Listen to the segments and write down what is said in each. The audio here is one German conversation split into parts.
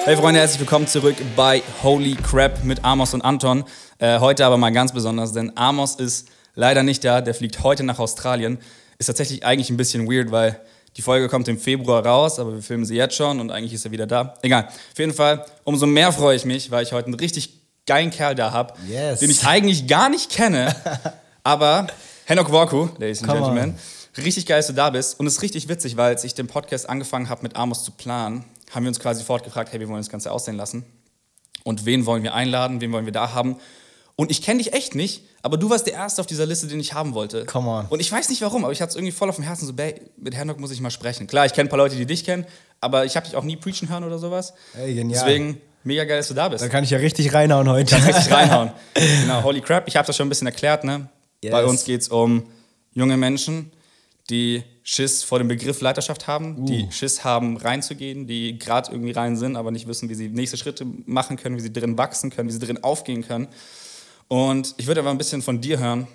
Hey Freunde, herzlich willkommen zurück bei Holy Crap mit Amos und Anton. Heute aber mal ganz besonders, denn Amos ist leider nicht da, der fliegt heute nach Australien. Ist tatsächlich eigentlich ein bisschen weird, weil die Folge kommt im Februar raus, aber wir filmen sie jetzt schon und eigentlich ist er wieder da. Egal, auf jeden Fall, umso mehr freue ich mich, weil ich heute einen richtig geilen Kerl da habe, den ich eigentlich gar nicht kenne, aber Henok Worku, ladies and gentlemen, richtig geil, dass du da bist. Und es ist richtig witzig, weil als ich den Podcast angefangen habe mit Amos zu planen, haben wir uns quasi fortgefragt, hey, wie wollen wir das Ganze aussehen lassen? Und wen wollen wir einladen, wen wollen wir da haben? Und ich kenne dich echt nicht, aber du warst der Erste auf dieser Liste, den ich haben wollte. Come on. Und ich weiß nicht warum, aber ich hatte es irgendwie voll auf dem Herzen, so, mit Henok muss ich mal sprechen. Klar, ich kenne ein paar Leute, die dich kennen, aber ich habe dich auch nie preachen hören oder sowas. Ey, genial. Deswegen, mega geil, dass du da bist. Da kann ich ja richtig reinhauen heute. Kann richtig reinhauen. Genau, holy crap, ich habe das schon ein bisschen erklärt, ne? Yes. Bei uns geht es um junge Menschen, die Schiss vor dem Begriff Leiterschaft haben, die Schiss haben, reinzugehen, die gerade irgendwie rein sind, aber nicht wissen, wie sie nächste Schritte machen können, wie sie drin wachsen können, wie sie drin aufgehen können. Und ich würde aber ein bisschen von dir hören.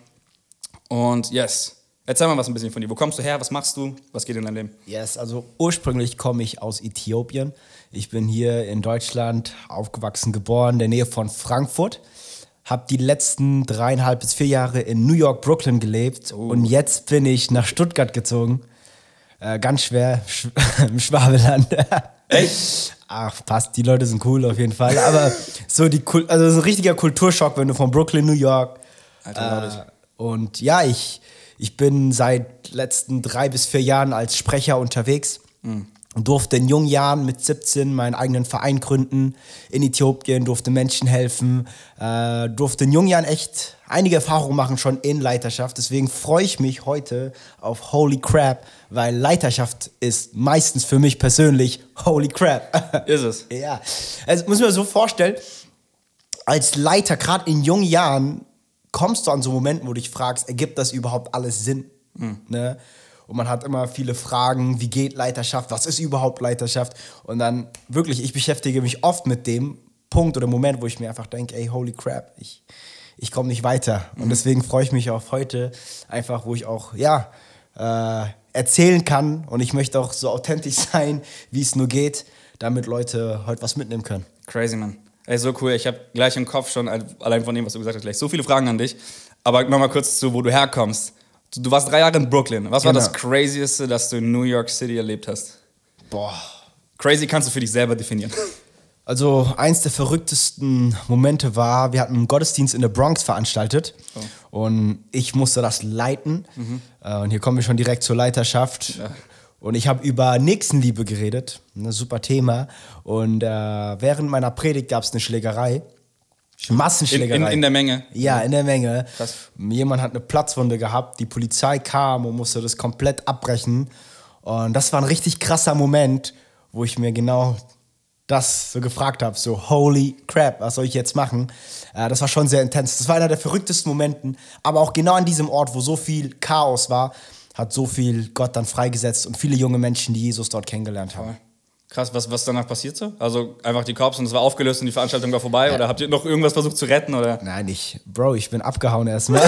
Und yes, erzähl mal was ein bisschen von dir. Wo kommst du her? Was machst du? Was geht in deinem Leben? Yes, also ursprünglich komme ich aus Äthiopien. Ich bin hier in Deutschland aufgewachsen, geboren, in der Nähe von Frankfurt. Habe die letzten 3,5 bis 4 Jahre in New York, Brooklyn gelebt. Und jetzt bin ich nach Stuttgart gezogen. Ganz schwer, im Schwabenland. Echt? Ach, passt, die Leute sind cool auf jeden Fall. Aber so also so ein richtiger Kulturschock, wenn du von Brooklyn, New York. Alter, Und ja, ich bin seit letzten 3 bis 4 Jahren als Sprecher unterwegs. Und durfte in jungen Jahren mit 17 meinen eigenen Verein gründen in Äthiopien, durfte Menschen helfen, durfte in jungen Jahren echt einige Erfahrungen machen schon in Leiterschaft. Deswegen freue ich mich heute auf Holy Crap, weil Leiterschaft ist meistens für mich persönlich Holy Crap. Ist es? Ja, also muss man so vorstellen, als Leiter, gerade in jungen Jahren, kommst du an so Momenten, wo du dich fragst, ergibt das überhaupt alles Sinn? Ne? Und man hat immer viele Fragen, wie geht Leiterschaft, was ist überhaupt Leiterschaft? Und dann wirklich, ich beschäftige mich oft mit dem Punkt oder Moment, wo ich mir einfach denke, ey, holy crap, ich komme nicht weiter. Und deswegen freue ich mich auf heute, einfach, wo ich auch, erzählen kann. Und ich möchte auch so authentisch sein, wie es nur geht, damit Leute heute was mitnehmen können. Crazy, man. Ey, so cool. Ich habe gleich im Kopf schon, allein von dem, was du gesagt hast, gleich so viele Fragen an dich. Aber nochmal kurz zu, wo du herkommst. Du warst 3 Jahre in Brooklyn. Was war das Crazieste, das du in New York City erlebt hast? Boah. Crazy kannst du für dich selber definieren. Also eins der verrücktesten Momente war, wir hatten einen Gottesdienst in der Bronx veranstaltet und ich musste das leiten. Und hier kommen wir schon direkt zur Leiterschaft. Ja. Und ich habe über Nächstenliebe geredet, ein super Thema. Und während meiner Predigt gab es eine Schlägerei. Massenschlägerei. In der Menge? Ja, in der Menge. Krass. Jemand hat eine Platzwunde gehabt, die Polizei kam und musste das komplett abbrechen. Und das war ein richtig krasser Moment, wo ich mir genau das so gefragt habe, so holy crap, was soll ich jetzt machen? Das war schon sehr intens. Das war einer der verrücktesten Momenten, aber auch genau an diesem Ort, wo so viel Chaos war, hat so viel Gott dann freigesetzt und viele junge Menschen, die Jesus dort kennengelernt haben. Krass, was danach passiert so? Also einfach die Cops und es war aufgelöst und die Veranstaltung war vorbei? Ja. Oder habt ihr noch irgendwas versucht zu retten? Oder? Nein, ich bin abgehauen erstmal.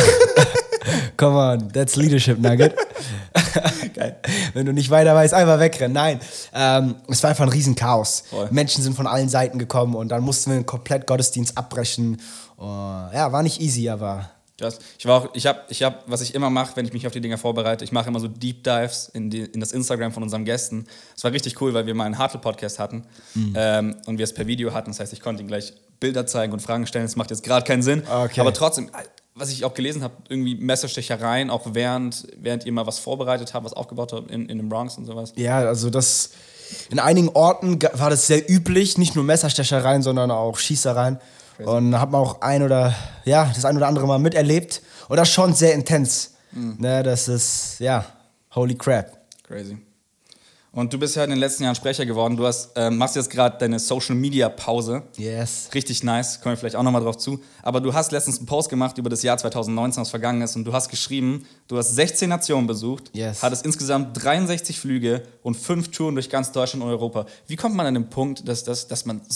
Come on, that's leadership nugget. Geil. Wenn du nicht weiter weißt, einfach wegrennen. Nein, es war einfach ein Riesenchaos. Voll. Menschen sind von allen Seiten gekommen und dann mussten wir einen komplett Gottesdienst abbrechen. War nicht easy, aber... Ich habe, was ich immer mache, wenn ich mich auf die Dinger vorbereite, ich mache immer so Deep Dives in das Instagram von unseren Gästen. Das war richtig cool, weil wir mal einen Hartl-Podcast hatten und wir es per Video hatten. Das heißt, ich konnte ihnen gleich Bilder zeigen und Fragen stellen. Das macht jetzt gerade keinen Sinn. Okay. Aber trotzdem, was ich auch gelesen habe, irgendwie Messerstechereien, auch während ihr mal was vorbereitet habt, was aufgebaut habt in den Bronx und sowas. Ja, also das... In einigen Orten war das sehr üblich, nicht nur Messerstechereien, sondern auch Schießereien. Crazy. Und hat man auch das ein oder andere Mal miterlebt. Und das ist schon sehr intens. Ne, das ist, holy crap. Crazy. Und du bist ja in den letzten Jahren Sprecher geworden. Du machst jetzt gerade deine Social-Media-Pause. Yes. Richtig nice, kommen wir vielleicht auch nochmal drauf zu. Aber du hast letztens einen Post gemacht über das Jahr 2019, was vergangen ist. Und du hast geschrieben, du hast 16 Nationen besucht, hattest insgesamt 63 Flüge und 5 Touren durch ganz Deutschland und Europa. Wie kommt man an den Punkt, dass man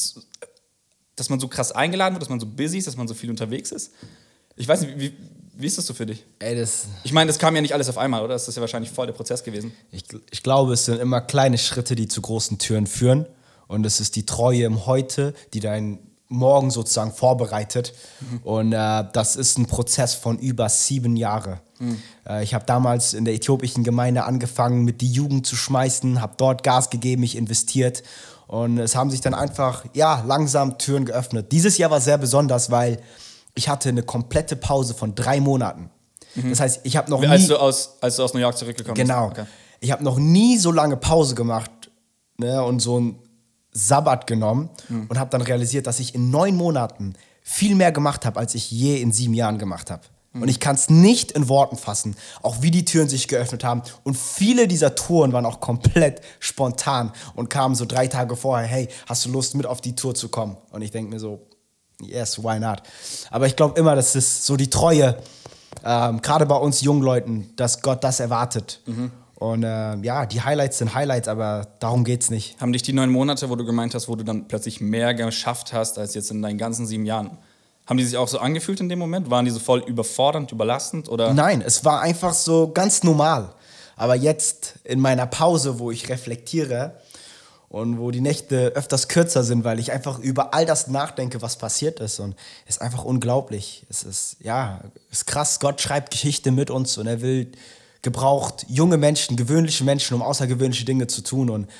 so krass eingeladen wird, dass man so busy ist, dass man so viel unterwegs ist? Ich weiß nicht, wie ist das so für dich? Ich meine, das kam ja nicht alles auf einmal, oder? Das ist ja wahrscheinlich voll der Prozess gewesen. Ich glaube, es sind immer kleine Schritte, die zu großen Türen führen. Und es ist die Treue im Heute, die dein Morgen sozusagen vorbereitet. Und das ist ein Prozess von über 7 Jahren. Ich habe damals in der äthiopischen Gemeinde angefangen, mit die Jugend zu schmeißen, habe dort Gas gegeben, mich investiert. Und es haben sich dann einfach, langsam Türen geöffnet. Dieses Jahr war sehr besonders, weil ich hatte eine komplette Pause von 3 Monaten. Das heißt, ich habe noch nie... Als du aus New York zurückgekommen bist? Genau. Okay. Ich habe noch nie so lange Pause gemacht, ne, und so einen Sabbat genommen und habe dann realisiert, dass ich in 9 Monaten viel mehr gemacht habe, als ich je in 7 Jahren gemacht habe. Und ich kann es nicht in Worten fassen, auch wie die Türen sich geöffnet haben. Und viele dieser Touren waren auch komplett spontan und kamen so 3 Tage vorher, hey, hast du Lust, mit auf die Tour zu kommen? Und ich denke mir so, yes, why not? Aber ich glaube immer, das ist so die Treue, gerade bei uns jungen Leuten, dass Gott das erwartet. Und die Highlights sind Highlights, aber darum geht's nicht. Haben dich die 9 Monate, wo du gemeint hast, wo du dann plötzlich mehr geschafft hast, als jetzt in deinen ganzen 7 Jahren, haben die sich auch so angefühlt in dem Moment? Waren die so voll überfordernd, überlastend? Oder? Nein, es war einfach so ganz normal. Aber jetzt in meiner Pause, wo ich reflektiere und wo die Nächte öfters kürzer sind, weil ich einfach über all das nachdenke, was passiert ist. Und es ist einfach unglaublich. Es ist krass. Gott schreibt Geschichte mit uns und er gebraucht junge Menschen, gewöhnliche Menschen, um außergewöhnliche Dinge zu tun. Und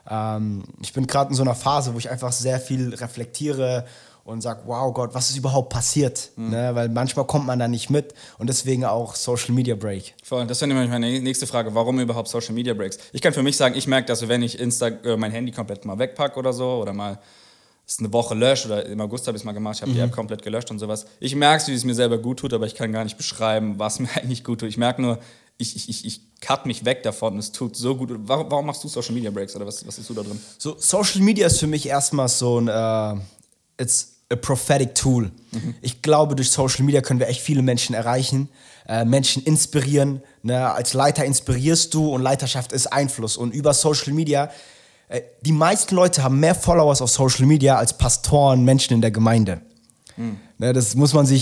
ich bin gerade in so einer Phase, wo ich einfach sehr viel reflektiere und sage, wow Gott, was ist überhaupt passiert? Ne? Weil manchmal kommt man da nicht mit und deswegen auch Social Media Break. Voll, das wäre nämlich meine nächste Frage, warum überhaupt Social Media Breaks? Ich kann für mich sagen, ich merke, dass wenn ich mein Handy komplett mal wegpacke oder so oder mal es eine Woche lösche oder im August habe ich es mal gemacht, ich habe die App komplett gelöscht und sowas. Ich merke es, wie es mir selber gut tut, aber ich kann gar nicht beschreiben, was mir eigentlich gut tut. Ich merke nur, ich cut mich weg davon und es tut so gut. Warum machst du Social Media Breaks oder was ist du da drin? So, Social Media ist für mich erstmal so ein it's a prophetic tool. Ich glaube, durch Social Media können wir echt viele Menschen erreichen, Menschen inspirieren. Ne? Als Leiter inspirierst du und Leiterschaft ist Einfluss. Und über Social Media, die meisten Leute haben mehr Followers auf Social Media als Pastoren, Menschen in der Gemeinde. Ne? Das muss man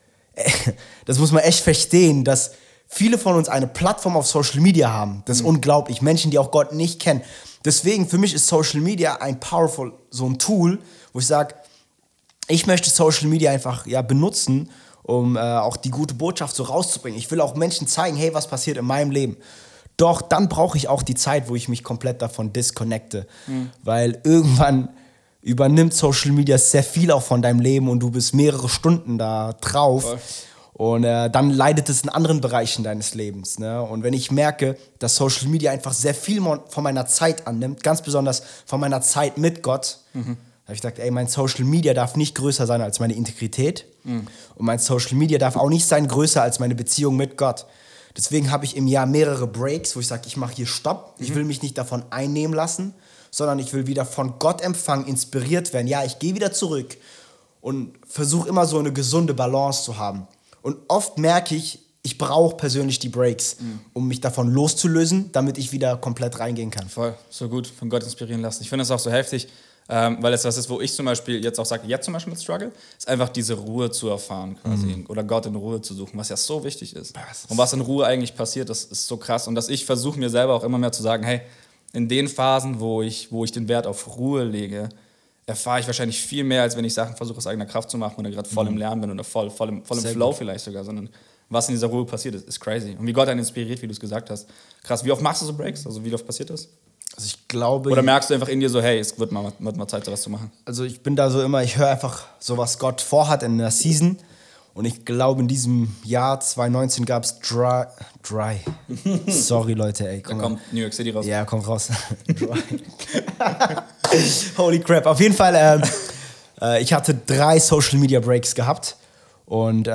echt verstehen, dass viele von uns eine Plattform auf Social Media haben. Das ist unglaublich. Menschen, die auch Gott nicht kennen. Deswegen, für mich ist Social Media ein powerful, so ein Tool, wo ich sage, ich möchte Social Media einfach benutzen, um auch die gute Botschaft so rauszubringen. Ich will auch Menschen zeigen, hey, was passiert in meinem Leben. Doch dann brauche ich auch die Zeit, wo ich mich komplett davon disconnecte. Weil irgendwann übernimmt Social Media sehr viel auch von deinem Leben und du bist mehrere Stunden da drauf. Voll. Und dann leidet es in anderen Bereichen deines Lebens. Ne? Und wenn ich merke, dass Social Media einfach sehr viel von meiner Zeit annimmt, ganz besonders von meiner Zeit mit Gott, habe ich gesagt, mein Social Media darf nicht größer sein als meine Integrität. Und mein Social Media darf auch nicht sein größer als meine Beziehung mit Gott. Deswegen habe ich im Jahr mehrere Breaks, wo ich sage, ich mache hier Stopp. Ich will mich nicht davon einnehmen lassen, sondern ich will wieder von Gott empfangen, inspiriert werden. Ja, ich gehe wieder zurück und versuche immer so eine gesunde Balance zu haben. Und oft merke ich brauche persönlich die Breaks, um mich davon loszulösen, damit ich wieder komplett reingehen kann. Voll, so gut, von Gott inspirieren lassen. Ich finde das auch so heftig, weil es was ist, wo ich zum Beispiel jetzt auch sage, jetzt zum Beispiel mit Struggle, ist einfach diese Ruhe zu erfahren quasi oder Gott in Ruhe zu suchen, was ja so wichtig ist. Und was in Ruhe eigentlich passiert, das ist so krass. Und dass ich versuche mir selber auch immer mehr zu sagen, hey, in den Phasen, wo ich den Wert auf Ruhe lege, erfahre ich wahrscheinlich viel mehr, als wenn ich Sachen versuche, aus eigener Kraft zu machen oder gerade voll im Lernen bin oder voll im Flow vielleicht sogar, sondern was in dieser Ruhe passiert ist crazy. Und wie Gott einen inspiriert, wie du es gesagt hast. Krass, wie oft machst du so Breaks? Also wie oft passiert das? Also ich glaube... Oder merkst du einfach in dir so, hey, es wird mal Zeit, sowas zu machen? Also ich bin da so immer, ich höre einfach so, was Gott vorhat in der Season. Und ich glaube, in diesem Jahr 2019 gab es Dry. Sorry, Leute, ey. Da kommt New York City raus. Ja, kommt raus. Dry. Holy crap. Auf jeden Fall, ich hatte 3 Social Media Breaks gehabt. Und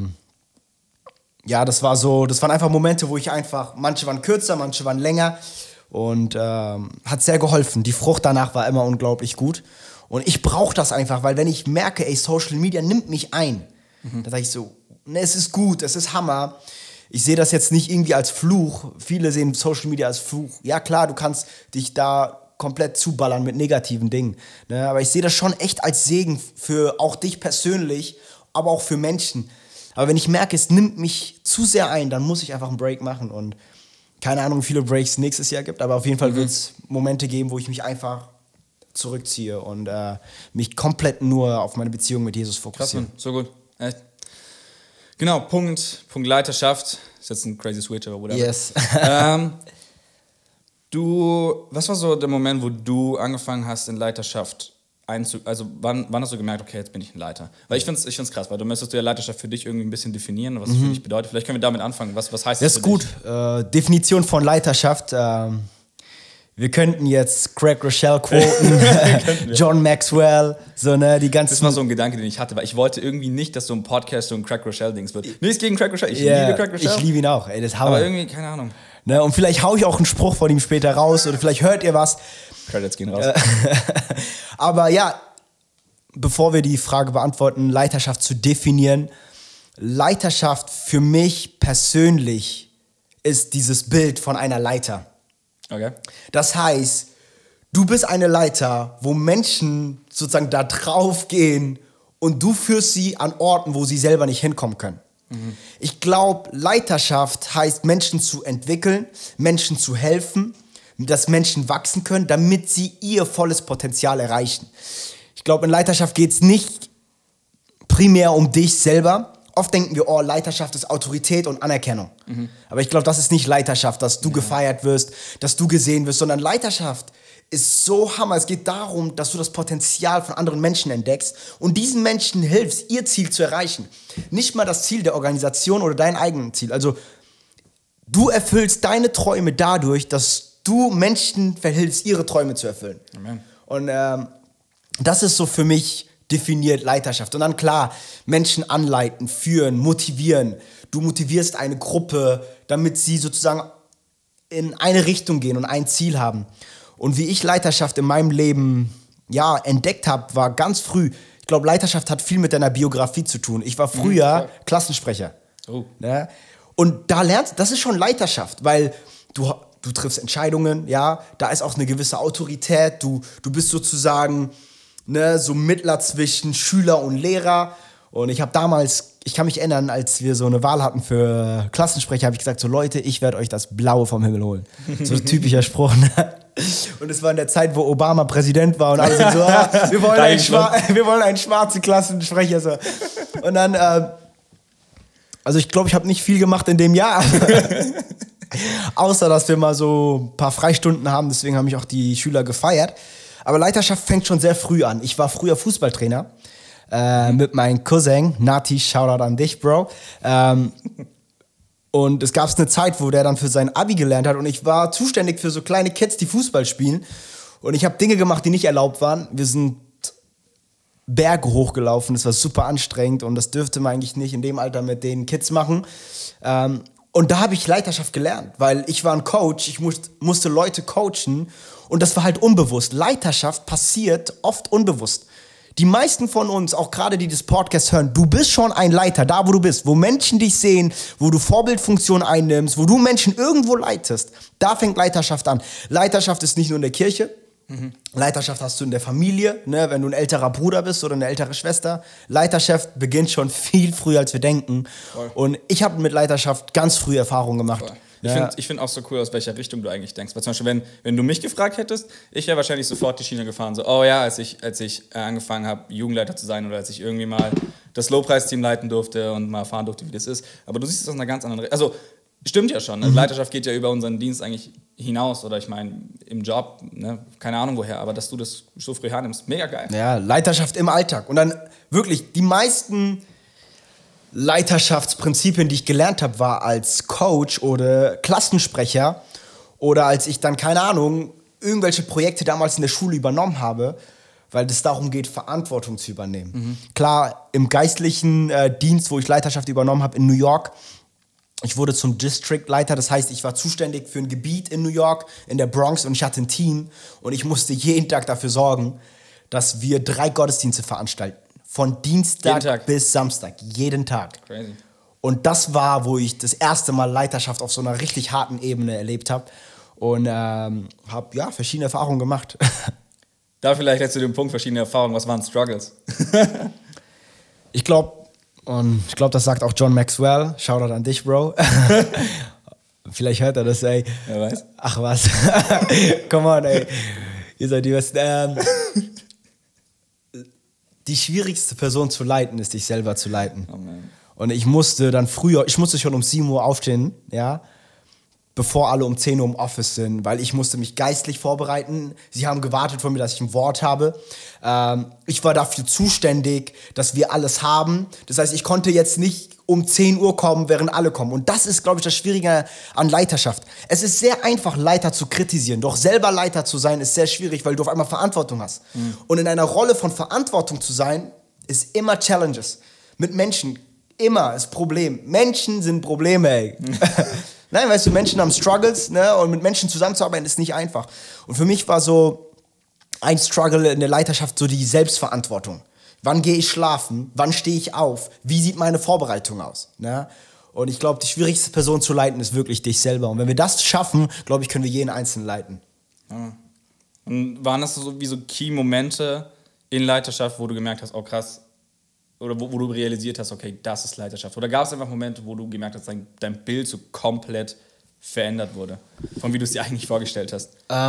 das waren einfach Momente, wo ich einfach, manche waren kürzer, manche waren länger. Und hat sehr geholfen. Die Frucht danach war immer unglaublich gut. Und ich brauche das einfach, weil wenn ich merke, Social Media nimmt mich ein, dann sage ich so, es ist gut, es ist Hammer. Ich sehe das jetzt nicht irgendwie als Fluch. Viele sehen Social Media als Fluch. Ja klar, du kannst dich da komplett zuballern mit negativen Dingen. Ne? Aber ich sehe das schon echt als Segen für auch dich persönlich, aber auch für Menschen. Aber wenn ich merke, es nimmt mich zu sehr ein, dann muss ich einfach einen Break machen. Und keine Ahnung, wie viele Breaks es nächstes Jahr gibt, aber auf jeden Fall wird es Momente geben, wo ich mich einfach zurückziehe und mich komplett nur auf meine Beziehung mit Jesus fokussiere. Krass, Mann. So gut. Echt. Genau, Punkt Leiterschaft. Ist jetzt ein crazy switch, aber whatever. Yes. Was war so der Moment, wo du angefangen hast, in Leiterschaft also wann hast du gemerkt, okay, jetzt bin ich ein Leiter? Weil ich find's krass, weil du müsstest ja Leiterschaft für dich irgendwie ein bisschen definieren, was es für dich bedeutet. Vielleicht können wir damit anfangen. Was heißt das für dich? Das ist gut. Definition von Leiterschaft. Wir könnten jetzt Craig Rochelle quoten, John Maxwell, so, ne, die ganzen... Das war so ein Gedanke, den ich hatte, weil ich wollte irgendwie nicht, dass so ein Podcast so ein Craig Rochelle-Dings wird. Nichts gegen Craig Rochelle, ich liebe Craig Rochelle. Ich liebe ihn auch, ey, das Hammer. Aber irgendwie, keine Ahnung. Ne, und vielleicht hau ich auch einen Spruch von ihm später raus oder vielleicht hört ihr was. Credits gehen raus. Aber ja, bevor wir die Frage beantworten, Leiterschaft zu definieren. Leiterschaft für mich persönlich ist dieses Bild von einer Leiter. Okay. Das heißt, du bist eine Leiter, wo Menschen sozusagen da drauf gehen und du führst sie an Orten, wo sie selber nicht hinkommen können. Mhm. Ich glaube, Leiterschaft heißt, Menschen zu entwickeln, Menschen zu helfen, dass Menschen wachsen können, damit sie ihr volles Potenzial erreichen. Ich glaube, in Leiterschaft geht es nicht primär um dich selber. Oft denken wir, oh, Leiterschaft ist Autorität und Anerkennung. Mhm. Aber ich glaube, das ist nicht Leiterschaft, dass du gefeiert wirst, dass du gesehen wirst, sondern Leiterschaft ist so Hammer. Es geht darum, dass du das Potenzial von anderen Menschen entdeckst und diesen Menschen hilfst, ihr Ziel zu erreichen. Nicht mal das Ziel der Organisation oder dein eigenes Ziel. Also du erfüllst deine Träume dadurch, dass du Menschen verhilfst, ihre Träume zu erfüllen. Amen. Und das ist so für mich definiert Leiterschaft. Und dann klar, Menschen anleiten, führen, motivieren. Du motivierst eine Gruppe, damit sie sozusagen in eine Richtung gehen und ein Ziel haben. Und wie ich Leiterschaft in meinem Leben entdeckt habe, war ganz früh. Ich glaube, Leiterschaft hat viel mit deiner Biografie zu tun. Ich war früher Klassensprecher. Oh. Ne? Und da lernst, das ist schon Leiterschaft, weil du triffst Entscheidungen, ja, da ist auch eine gewisse Autorität, du bist sozusagen so Mittler zwischen Schüler und Lehrer. Und ich habe damals, ich kann mich erinnern, als wir so eine Wahl hatten für Klassensprecher, habe ich gesagt, so Leute, ich werde euch das Blaue vom Himmel holen. So ein typischer Spruch, ne? Und es war in der Zeit, wo Obama Präsident war und alle sind so, wir wollen einen schwarzen Klassensprecher. So. Und dann, also ich glaube, ich habe nicht viel gemacht in dem Jahr. Außer, dass wir mal so ein paar Freistunden haben, deswegen haben mich auch die Schüler gefeiert. Aber Leiterschaft fängt schon sehr früh an. Ich war früher Fußballtrainer mit meinem Cousin, Nati, Shoutout an dich, Bro. Und es gab eine Zeit, wo der dann für sein Abi gelernt hat und ich war zuständig für so kleine Kids, die Fußball spielen. Und ich habe Dinge gemacht, die nicht erlaubt waren. Wir sind Berge hochgelaufen, das war super anstrengend und das dürfte man eigentlich nicht in dem Alter mit den Kids machen. Und da habe ich Leiterschaft gelernt, weil ich war ein Coach, ich musste Leute coachen und das war halt unbewusst. Leiterschaft passiert oft unbewusst. Die meisten von uns, auch gerade die das Podcast hören, du bist schon ein Leiter, da wo du bist, wo Menschen dich sehen, wo du Vorbildfunktion einnimmst, wo du Menschen irgendwo leitest. Da fängt Leiterschaft an. Leiterschaft ist nicht nur in der Kirche, Leiterschaft hast du in der Familie, ne, wenn du ein älterer Bruder bist oder eine ältere Schwester. Leiterschaft beginnt schon viel früher, als wir denken. Voll. Und ich habe mit Leiterschaft ganz früh Erfahrungen gemacht. Voll. Ich find auch so cool, aus welcher Richtung du eigentlich denkst. Weil zum Beispiel, wenn du mich gefragt hättest, ich wäre wahrscheinlich sofort die Schiene gefahren. So, oh ja, als ich angefangen habe, Jugendleiter zu sein oder als ich irgendwie mal das Lobpreisteam leiten durfte und mal erfahren durfte, wie das ist. Aber du siehst es aus einer ganz anderen Richtung. Also, stimmt ja schon. Ne? Leiterschaft geht ja über unseren Dienst eigentlich hinaus. Oder ich meine, im Job, ne? Keine Ahnung woher. Aber dass du das so früh hernimmst, mega geil. Ja, Leiterschaft im Alltag. Und dann wirklich, die meisten Leiterschaftsprinzipien, die ich gelernt habe, war als Coach oder Klassensprecher oder als ich dann, keine Ahnung, irgendwelche Projekte damals in der Schule übernommen habe, weil es darum geht, Verantwortung zu übernehmen. Mhm. Klar, im geistlichen Dienst, wo ich Leiterschaft übernommen habe in New York, ich wurde zum District-Leiter, das heißt, ich war zuständig für ein Gebiet in New York, in der Bronx und ich hatte ein Team und ich musste jeden Tag dafür sorgen, dass wir 3 Gottesdienste veranstalten. Von Dienstag bis Samstag, jeden Tag. Crazy. Und das war, wo ich das erste Mal Leiterschaft auf so einer richtig harten Ebene erlebt habe und habe verschiedene Erfahrungen gemacht. Da vielleicht jetzt zu dem Punkt verschiedene Erfahrungen, was waren Struggles? Ich glaube, das sagt auch John Maxwell. Shoutout an dich, Bro. Vielleicht hört er das, ey. Wer weiß. Ach was. Come on, ey. Ihr seid die Besten. Die schwierigste Person zu leiten, ist dich selber zu leiten. Oh man. Und ich musste schon um 7 Uhr aufstehen, ja, bevor alle um 10 Uhr im Office sind, weil ich musste mich geistlich vorbereiten. Sie haben gewartet von mir, dass ich ein Wort habe. Ich war dafür zuständig, dass wir alles haben. Das heißt, ich konnte jetzt nicht um 10 Uhr kommen, während alle kommen. Und das ist, glaube ich, das Schwierige an Leiterschaft. Es ist sehr einfach, Leiter zu kritisieren. Doch selber Leiter zu sein, ist sehr schwierig, weil du auf einmal Verantwortung hast. Und in einer Rolle von Verantwortung zu sein, ist immer Challenges. Mit Menschen, immer ist Problem. Menschen sind Probleme, ey. Nein, weißt du, Menschen haben Struggles, ne? Und mit Menschen zusammenzuarbeiten ist nicht einfach. Und für mich war so ein Struggle in der Leiterschaft so die Selbstverantwortung. Wann gehe ich schlafen? Wann stehe ich auf? Wie sieht meine Vorbereitung aus? Ne? Und ich glaube, die schwierigste Person zu leiten ist wirklich dich selber. Und wenn wir das schaffen, glaube ich, können wir jeden Einzelnen leiten. Ja. Und waren das so wie so Key-Momente in Leiterschaft, wo du gemerkt hast, oh krass, oder wo du realisiert hast, okay, das ist Leiterschaft? Oder gab es einfach Momente, wo du gemerkt hast, dein Bild so komplett verändert wurde, von wie du es dir eigentlich vorgestellt hast?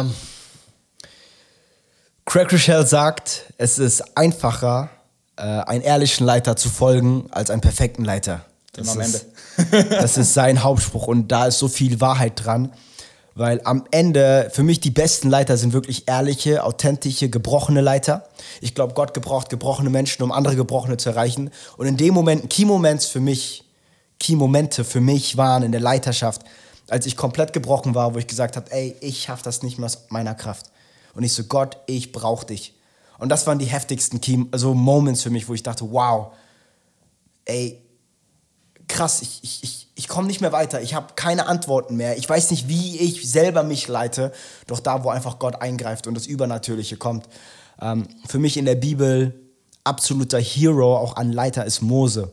Craig Rochelle sagt, es ist einfacher, einen ehrlichen Leiter zu folgen, als einen perfekten Leiter. Am Ende. Das ist sein Hauptspruch und da ist so viel Wahrheit dran, weil am Ende, für mich die besten Leiter sind wirklich ehrliche, authentische, gebrochene Leiter. Ich glaube, Gott gebraucht gebrochene Menschen, um andere Gebrochene zu erreichen. Und in dem Moment, Key-Momente für mich waren in der Leiterschaft, als ich komplett gebrochen war, wo ich gesagt habe, ey, ich schaffe das nicht mehr aus meiner Kraft. Und ich so, Gott, ich brauche dich. Und das waren die heftigsten Moments für mich, wo ich dachte, wow, ey, krass, ich komme nicht mehr weiter, ich habe keine Antworten mehr, ich weiß nicht, wie ich selber mich leite, doch da, wo einfach Gott eingreift und das Übernatürliche kommt. Für mich in der Bibel absoluter Hero auch an Leiter ist Mose.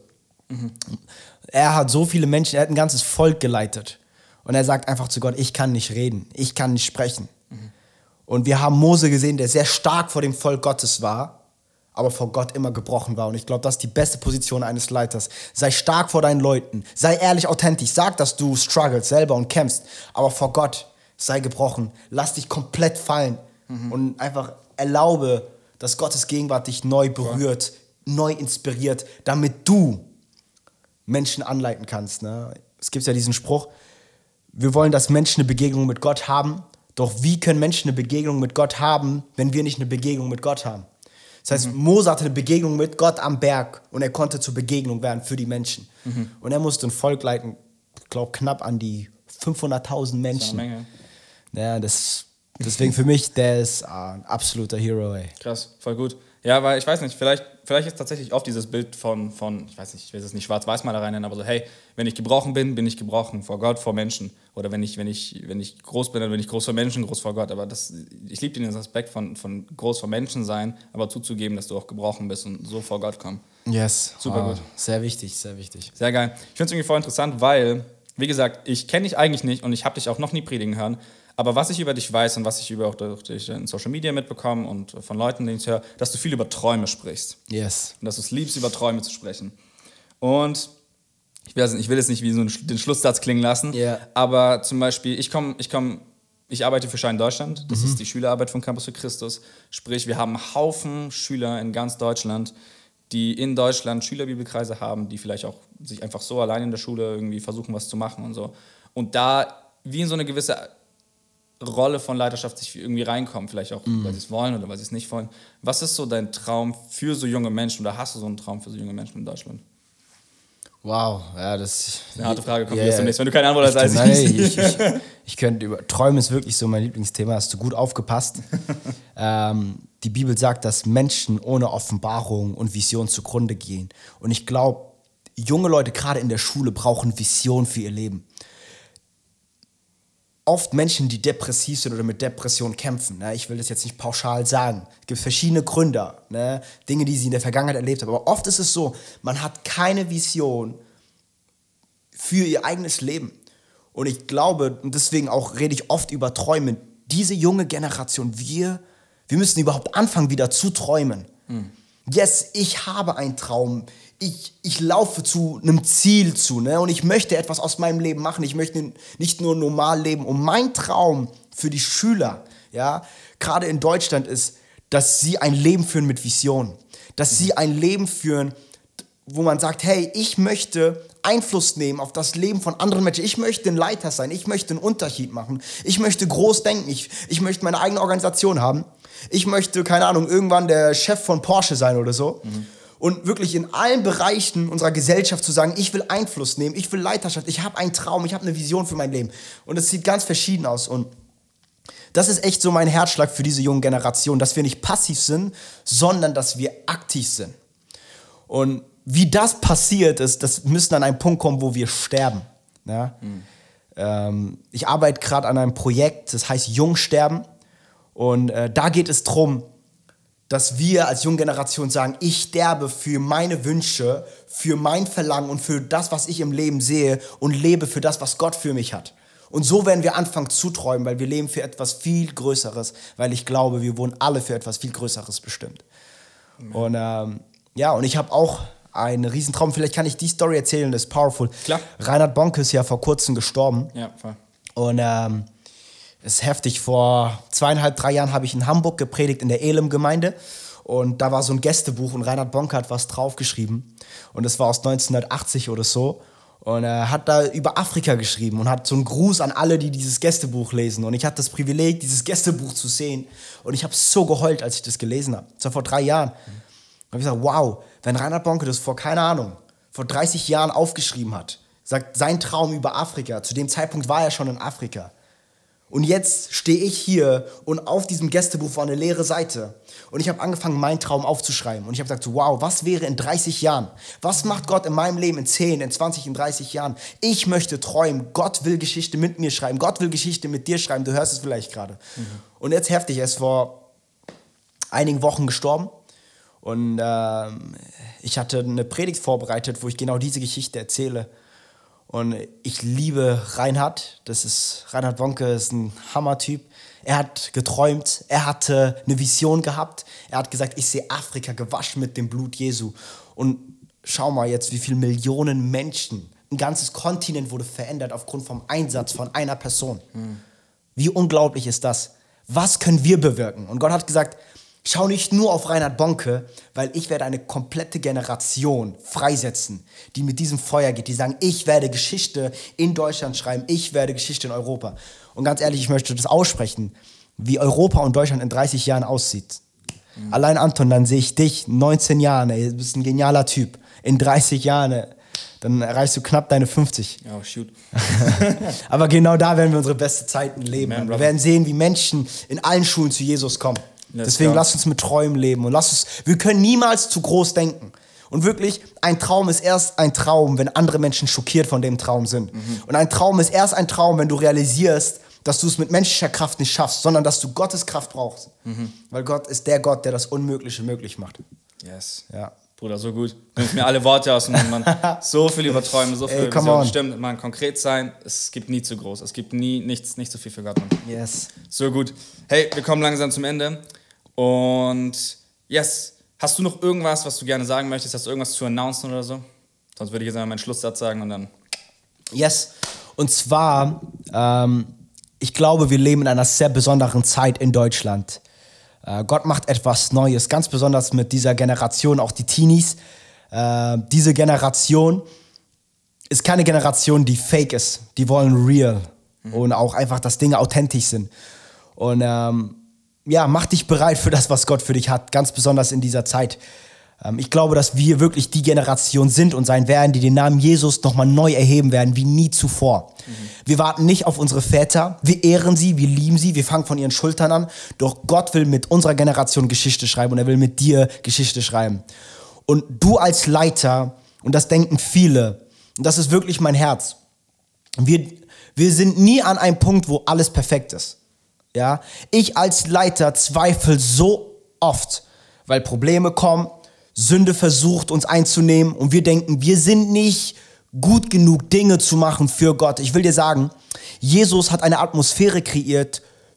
Er hat so viele Menschen, er hat ein ganzes Volk geleitet und er sagt einfach zu Gott, ich kann nicht reden, ich kann nicht sprechen. Und wir haben Mose gesehen, der sehr stark vor dem Volk Gottes war, aber vor Gott immer gebrochen war. Und ich glaube, das ist die beste Position eines Leiters. Sei stark vor deinen Leuten, sei ehrlich, authentisch, sag, dass du struggles selber und kämpfst, aber vor Gott sei gebrochen, lass dich komplett fallen und einfach erlaube, dass Gottes Gegenwart dich neu berührt, neu inspiriert, damit du Menschen anleiten kannst. Ne? Es gibt ja diesen Spruch, wir wollen, dass Menschen eine Begegnung mit Gott haben, doch wie können Menschen eine Begegnung mit Gott haben, wenn wir nicht eine Begegnung mit Gott haben? Das heißt, Mose hatte eine Begegnung mit Gott am Berg und er konnte zur Begegnung werden für die Menschen. Und er musste ein Volk leiten, ich glaube knapp an die 500.000 Menschen. Das ist eine Menge. Ja, deswegen für mich, der ist ein absoluter Hero. Ey. Krass, voll gut. Ja, weil ich weiß nicht, vielleicht ist tatsächlich oft dieses Bild von, ich weiß nicht, ich will es nicht Schwarz-Weiß-Malerei nennen, aber so, hey, wenn ich gebrochen bin, bin ich gebrochen vor Gott, vor Menschen. Oder wenn ich groß bin, dann bin ich groß vor Menschen, groß vor Gott. Aber ich liebe den Aspekt von groß vor Menschen sein, aber zuzugeben, dass du auch gebrochen bist und so vor Gott kommen. Yes. Super gut. Sehr wichtig, sehr wichtig. Sehr geil. Ich finde es irgendwie voll interessant, weil, wie gesagt, ich kenne dich eigentlich nicht und ich habe dich auch noch nie predigen hören. Aber was ich über dich weiß und was ich auch durch dich in Social Media mitbekomme und von Leuten, denen ich höre, dass du viel über Träume sprichst. Yes. Und dass du es liebst, über Träume zu sprechen. Und ich will es nicht wie so den Schlusssatz klingen lassen, aber zum Beispiel, ich arbeite für Shine Deutschland, das ist die Schülerarbeit von Campus für Christus. Sprich, wir haben einen Haufen Schüler in ganz Deutschland, die in Deutschland Schülerbibelkreise haben, die vielleicht auch sich einfach so allein in der Schule irgendwie versuchen, was zu machen und so. Und da wie in so eine gewisse Rolle von Leiterschaft sich irgendwie reinkommen, vielleicht auch, weil sie es wollen oder weil sie es nicht wollen. Was ist so dein Traum für so junge Menschen oder hast du so einen Traum für so junge Menschen in Deutschland? Wow, ja, das ist eine harte Frage, kommt jetzt demnächst, wenn du keine Antwort hast als ich. Ich könnte über Träume ist wirklich so mein Lieblingsthema, hast du gut aufgepasst. Die Bibel sagt, dass Menschen ohne Offenbarung und Vision zugrunde gehen. Und ich glaube, junge Leute, gerade in der Schule, brauchen Vision für ihr Leben. Oft Menschen, die depressiv sind oder mit Depression kämpfen, ne? Ich will das jetzt nicht pauschal sagen, es gibt verschiedene Gründe, ne? Dinge, die sie in der Vergangenheit erlebt haben, aber oft ist es so, man hat keine Vision für ihr eigenes Leben. Und ich glaube, und deswegen auch rede ich oft über Träume, diese junge Generation, wir müssen überhaupt anfangen, wieder zu träumen. Yes, ich habe einen Traum. Ich laufe zu einem Ziel zu, ne? Und ich möchte etwas aus meinem Leben machen. Ich möchte nicht nur normal leben. Und mein Traum für die Schüler, ja, gerade in Deutschland ist, dass sie ein Leben führen mit Vision. Dass sie ein Leben führen, wo man sagt, hey, ich möchte Einfluss nehmen auf das Leben von anderen Menschen. Ich möchte ein Leiter sein. Ich möchte einen Unterschied machen. Ich möchte groß denken. Ich möchte meine eigene Organisation haben. Ich möchte, keine Ahnung, irgendwann der Chef von Porsche sein oder so. Und wirklich in allen Bereichen unserer Gesellschaft zu sagen, ich will Einfluss nehmen, ich will Leiterschaft, ich habe einen Traum, ich habe eine Vision für mein Leben. Und es sieht ganz verschieden aus. Und das ist echt so mein Herzschlag für diese junge Generation, dass wir nicht passiv sind, sondern dass wir aktiv sind. Und wie das passiert ist, das müssen an einen Punkt kommen, wo wir sterben. Ja? Ich arbeite gerade an einem Projekt, das heißt Jungsterben. Und da geht es darum, dass wir als junge Generation sagen, ich sterbe für meine Wünsche, für mein Verlangen und für das, was ich im Leben sehe und lebe für das, was Gott für mich hat. Und so werden wir anfangen zu träumen, weil wir leben für etwas viel Größeres, weil ich glaube, wir wurden alle für etwas viel Größeres bestimmt. Und und ich habe auch einen Riesentraum. Vielleicht kann ich die Story erzählen, das ist powerful. Klar. Reinhard Bonke ist ja vor kurzem gestorben. Ja, voll. Und es ist heftig. Vor 2,5, 3 Jahren habe ich in Hamburg gepredigt in der Elim-Gemeinde. Und da war so ein Gästebuch und Reinhard Bonke hat was draufgeschrieben. Und das war aus 1980 oder so. Und er hat da über Afrika geschrieben und hat so einen Gruß an alle, die dieses Gästebuch lesen. Und ich hatte das Privileg, dieses Gästebuch zu sehen. Und ich habe so geheult, als ich das gelesen habe. Das war vor 3 Jahren. Und ich habe gesagt, wow, wenn Reinhard Bonke das vor 30 Jahren aufgeschrieben hat, sagt sein Traum über Afrika, zu dem Zeitpunkt war er schon in Afrika. Und jetzt stehe ich hier und auf diesem Gästebuch war eine leere Seite. Und ich habe angefangen, meinen Traum aufzuschreiben. Und ich habe gesagt, so, wow, was wäre in 30 Jahren? Was macht Gott in meinem Leben in 10, in 20, in 30 Jahren? Ich möchte träumen. Gott will Geschichte mit mir schreiben. Gott will Geschichte mit dir schreiben. Du hörst es vielleicht gerade. Und jetzt heftig, er ist vor einigen Wochen gestorben. Und ich hatte eine Predigt vorbereitet, wo ich genau diese Geschichte erzähle. Und ich liebe Reinhard. Reinhard Bonke ist ein Hammertyp. Er hat geträumt, er hatte eine Vision gehabt. Er hat gesagt, ich sehe Afrika gewaschen mit dem Blut Jesu. Und schau mal jetzt, wie viele Millionen Menschen, ein ganzes Kontinent wurde verändert aufgrund vom Einsatz von einer Person. Wie unglaublich ist das? Was können wir bewirken? Und Gott hat gesagt, schau nicht nur auf Reinhard Bonke, weil ich werde eine komplette Generation freisetzen, die mit diesem Feuer geht, die sagen, ich werde Geschichte in Deutschland schreiben, ich werde Geschichte in Europa. Und ganz ehrlich, ich möchte das aussprechen, wie Europa und Deutschland in 30 Jahren aussieht. Allein Anton, dann sehe ich dich, 19 Jahren, ey, du bist ein genialer Typ. In 30 Jahren, dann erreichst du knapp deine 50. Oh, shoot. Aber genau da werden wir unsere besten Zeiten leben. Man, wir werden sehen, wie Menschen in allen Schulen zu Jesus kommen. Deswegen lass uns mit Träumen leben und wir können niemals zu groß denken. Und wirklich, ein Traum ist erst ein Traum, wenn andere Menschen schockiert von dem Traum sind. Und ein Traum ist erst ein Traum, wenn du realisierst, dass du es mit menschlicher Kraft nicht schaffst, sondern dass du Gottes Kraft brauchst. Weil Gott ist der Gott, der das Unmögliche möglich macht. Yes. Ja. Bruder, so gut. Nimmst mir alle Worte aus dem Mund, Mann. So viel über Träume, so viel Visionen. Stimmt, man konkret sein, es gibt nie zu groß. Es gibt nicht so viel für Gott, Mann. Yes. So gut. Hey, wir kommen langsam zum Ende. Und yes, hast du noch irgendwas, was du gerne sagen möchtest? Hast du irgendwas zu announcen oder so? Sonst würde ich jetzt einmal meinen Schlusssatz sagen und dann... Yes, und zwar, ich glaube, wir leben in einer sehr besonderen Zeit in Deutschland. Gott macht etwas Neues, ganz besonders mit dieser Generation, auch die Teenies. Diese Generation ist keine Generation, die fake ist. Die wollen real und auch einfach, dass Dinge authentisch sind. Und mach dich bereit für das, was Gott für dich hat, ganz besonders in dieser Zeit. Ich glaube, dass wir wirklich die Generation sind und sein werden, die den Namen Jesus nochmal neu erheben werden, wie nie zuvor. Wir warten nicht auf unsere Väter, wir ehren sie, wir lieben sie, wir fangen von ihren Schultern an. Doch Gott will mit unserer Generation Geschichte schreiben und er will mit dir Geschichte schreiben. Und du als Leiter, und das denken viele, und das ist wirklich mein Herz, wir sind nie an einem Punkt, wo alles perfekt ist. Ja? Ich als Leiter zweifle so oft, weil Probleme kommen, Sünde versucht uns einzunehmen und wir denken, wir sind nicht gut genug, Dinge zu machen für Gott. Ich will dir sagen, Jesus hat eine Atmosphäre kreiert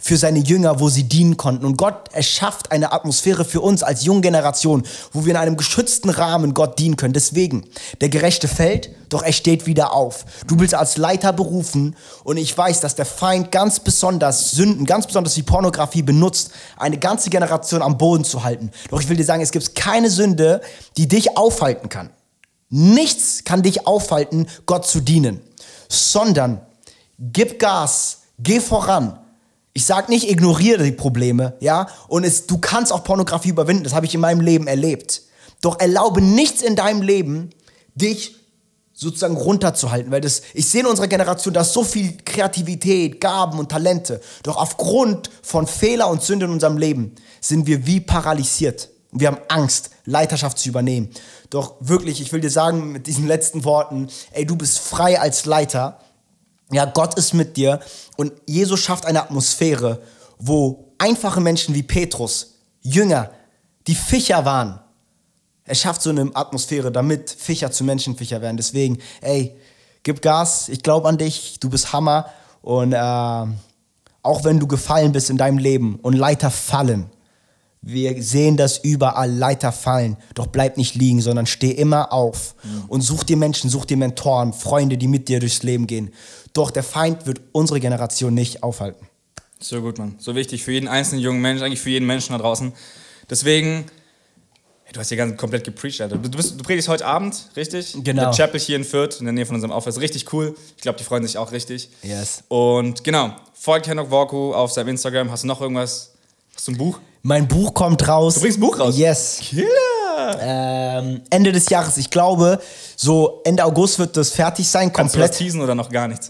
für seine Jünger, wo sie dienen konnten. Und Gott erschafft eine Atmosphäre für uns als junge Generation, wo wir in einem geschützten Rahmen Gott dienen können. Deswegen, der Gerechte fällt, doch er steht wieder auf. Du bist als Leiter berufen und ich weiß, dass der Feind ganz besonders Sünden, ganz besonders die Pornografie benutzt, eine ganze Generation am Boden zu halten. Doch ich will dir sagen, es gibt keine Sünde, die dich aufhalten kann. Nichts kann dich aufhalten, Gott zu dienen, sondern gib Gas, geh voran. Ich sage nicht, ignoriere die Probleme, ja, und du kannst auch Pornografie überwinden, das habe ich in meinem Leben erlebt. Doch erlaube nichts in deinem Leben, dich sozusagen runterzuhalten, weil ich sehe in unserer Generation, dass so viel Kreativität, Gaben und Talente, doch aufgrund von Fehler und Sünde in unserem Leben sind wir wie paralysiert. Und wir haben Angst, Leiterschaft zu übernehmen. Doch wirklich, ich will dir sagen mit diesen letzten Worten, ey, du bist frei als Leiter. Ja, Gott ist mit dir und Jesus schafft eine Atmosphäre, wo einfache Menschen wie Petrus, Jünger, die Fischer waren, er schafft so eine Atmosphäre, damit Fischer zu Menschenfischer werden. Deswegen, ey, gib Gas, ich glaube an dich, du bist Hammer und auch wenn du gefallen bist in deinem Leben und Leiter fallen, wir sehen das überall, Leiter fallen. Doch bleib nicht liegen, sondern steh immer auf und such dir Menschen, such dir Mentoren, Freunde, die mit dir durchs Leben gehen. Doch der Feind wird unsere Generation nicht aufhalten. So gut, Mann. So wichtig für jeden einzelnen jungen Menschen, eigentlich für jeden Menschen da draußen. Deswegen, du hast hier ganz komplett gepreacht, Alter. Du predigst heute Abend, richtig? Genau. Der Chapel hier in Fürth, in der Nähe von unserem Office. Richtig cool. Ich glaube, die freuen sich auch richtig. Yes. Und genau, folgt Henok Vorku auf seinem Instagram. Hast du noch irgendwas? Hast du ein Buch? Mein Buch kommt raus. Du bringst ein Buch raus? Yes. Killer! Ende des Jahres. Ich glaube, so Ende August wird das fertig sein, Kannst komplett. du das teasen oder noch gar nichts?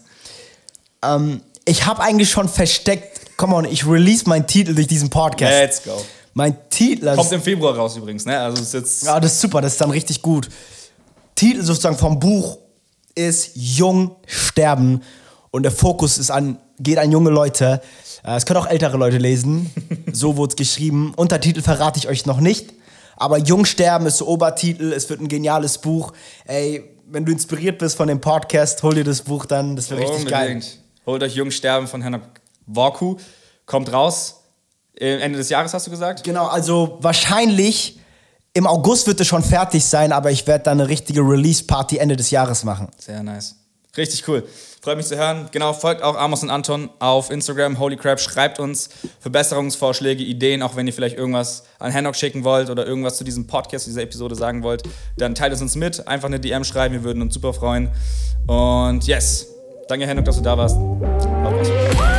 Ich habe eigentlich schon versteckt, come on, ich release meinen Titel durch diesen Podcast. Let's go. Mein Titel... Kommt im Februar raus übrigens, ne? Also ist jetzt... Ja, das ist super, das ist dann richtig gut. Titel sozusagen vom Buch ist Jung sterben und der Fokus geht an junge Leute. Es können auch ältere Leute lesen, so wurde es geschrieben. Untertitel verrate ich euch noch nicht, aber Jung sterben ist so Obertitel, es wird ein geniales Buch. Ey, wenn du inspiriert bist von dem Podcast, hol dir das Buch dann, das wäre richtig geil. Holt euch Jung sterben von Henok Vorku, kommt raus, Ende des Jahres hast du gesagt? Genau, also wahrscheinlich im August wird es schon fertig sein, aber ich werde dann eine richtige Release-Party Ende des Jahres machen. Sehr nice. Richtig cool. Freut mich zu hören. Genau, folgt auch Amos und Anton auf Instagram, Holy Crap. Schreibt uns Verbesserungsvorschläge, Ideen, auch wenn ihr vielleicht irgendwas an Henok schicken wollt oder irgendwas zu diesem Podcast, dieser Episode sagen wollt. Dann teilt es uns mit. Einfach eine DM schreiben, wir würden uns super freuen. Und yes, danke Henok, dass du da warst. Haut rein.